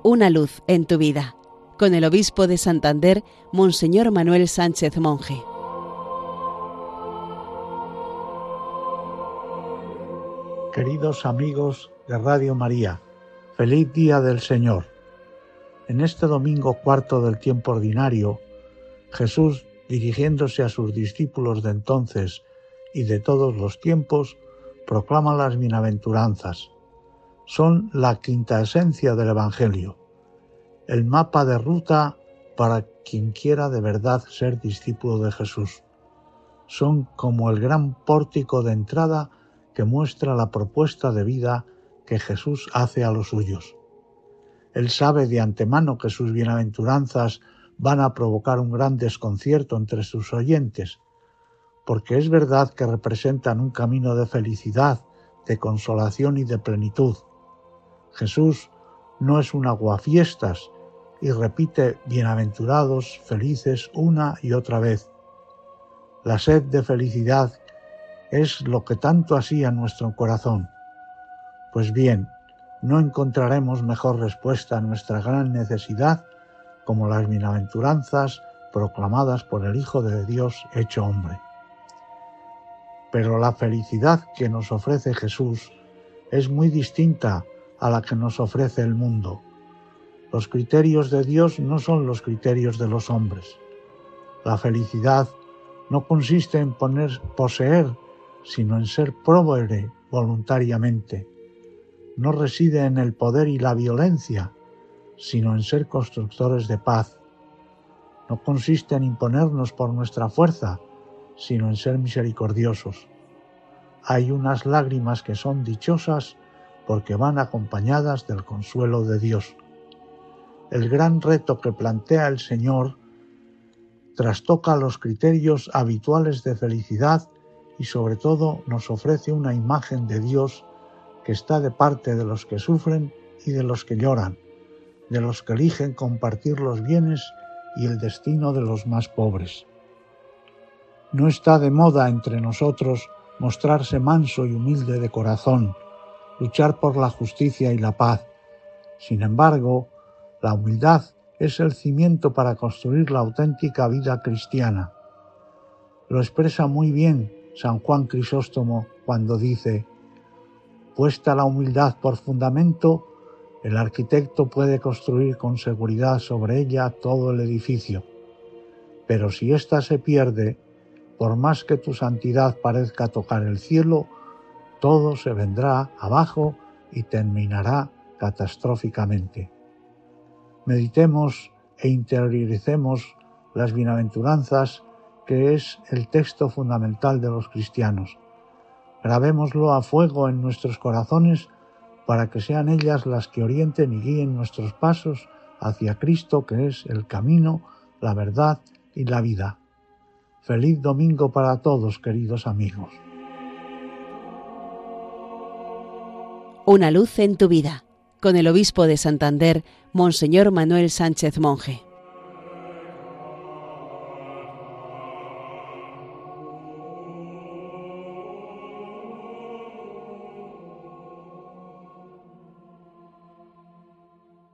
Una luz en tu vida, con el obispo de Santander, Monseñor Manuel Sánchez Monje. Queridos amigos de Radio María, feliz día del Señor. En este domingo cuarto del tiempo ordinario, Jesús, dirigiéndose a sus discípulos de entonces y de todos los tiempos, proclama las bienaventuranzas. Son la quinta esencia del Evangelio, el mapa de ruta para quien quiera de verdad ser discípulo de Jesús. Son como el gran pórtico de entrada que muestra la propuesta de vida que Jesús hace a los suyos. Él sabe de antemano que sus bienaventuranzas van a provocar un gran desconcierto entre sus oyentes, porque es verdad que representan un camino de felicidad, de consolación y de plenitud. Jesús no es un aguafiestas y repite bienaventurados, felices una y otra vez. La sed de felicidad es lo que tanto asía nuestro corazón. Pues bien, no encontraremos mejor respuesta a nuestra gran necesidad como las bienaventuranzas proclamadas por el Hijo de Dios hecho hombre. Pero la felicidad que nos ofrece Jesús es muy distinta a la que nos ofrece el mundo. Los criterios de Dios no son los criterios de los hombres. La felicidad no consiste en poseer, sino en ser próvere voluntariamente. No reside en el poder y la violencia, sino en ser constructores de paz. No consiste en imponernos por nuestra fuerza, sino en ser misericordiosos. Hay unas lágrimas que son dichosas porque van acompañadas del consuelo de Dios. El gran reto que plantea el Señor trastoca los criterios habituales de felicidad y sobre todo nos ofrece una imagen de Dios que está de parte de los que sufren y de los que lloran, de los que eligen compartir los bienes y el destino de los más pobres. No está de moda entre nosotros mostrarse manso y humilde de corazón, luchar por la justicia y la paz. Sin embargo, la humildad es el cimiento para construir la auténtica vida cristiana. Lo expresa muy bien San Juan Crisóstomo cuando dice: puesta la humildad por fundamento, el arquitecto puede construir con seguridad sobre ella todo el edificio. Pero si ésta se pierde, por más que tu santidad parezca tocar el cielo, todo se vendrá abajo y terminará catastróficamente. Meditemos e interioricemos las bienaventuranzas, que es el texto fundamental de los cristianos. Grabémoslo a fuego en nuestros corazones para que sean ellas las que orienten y guíen nuestros pasos hacia Cristo, que es el camino, la verdad y la vida. Feliz domingo para todos, queridos amigos. Una luz en tu vida, con el obispo de Santander, Monseñor Manuel Sánchez Monje.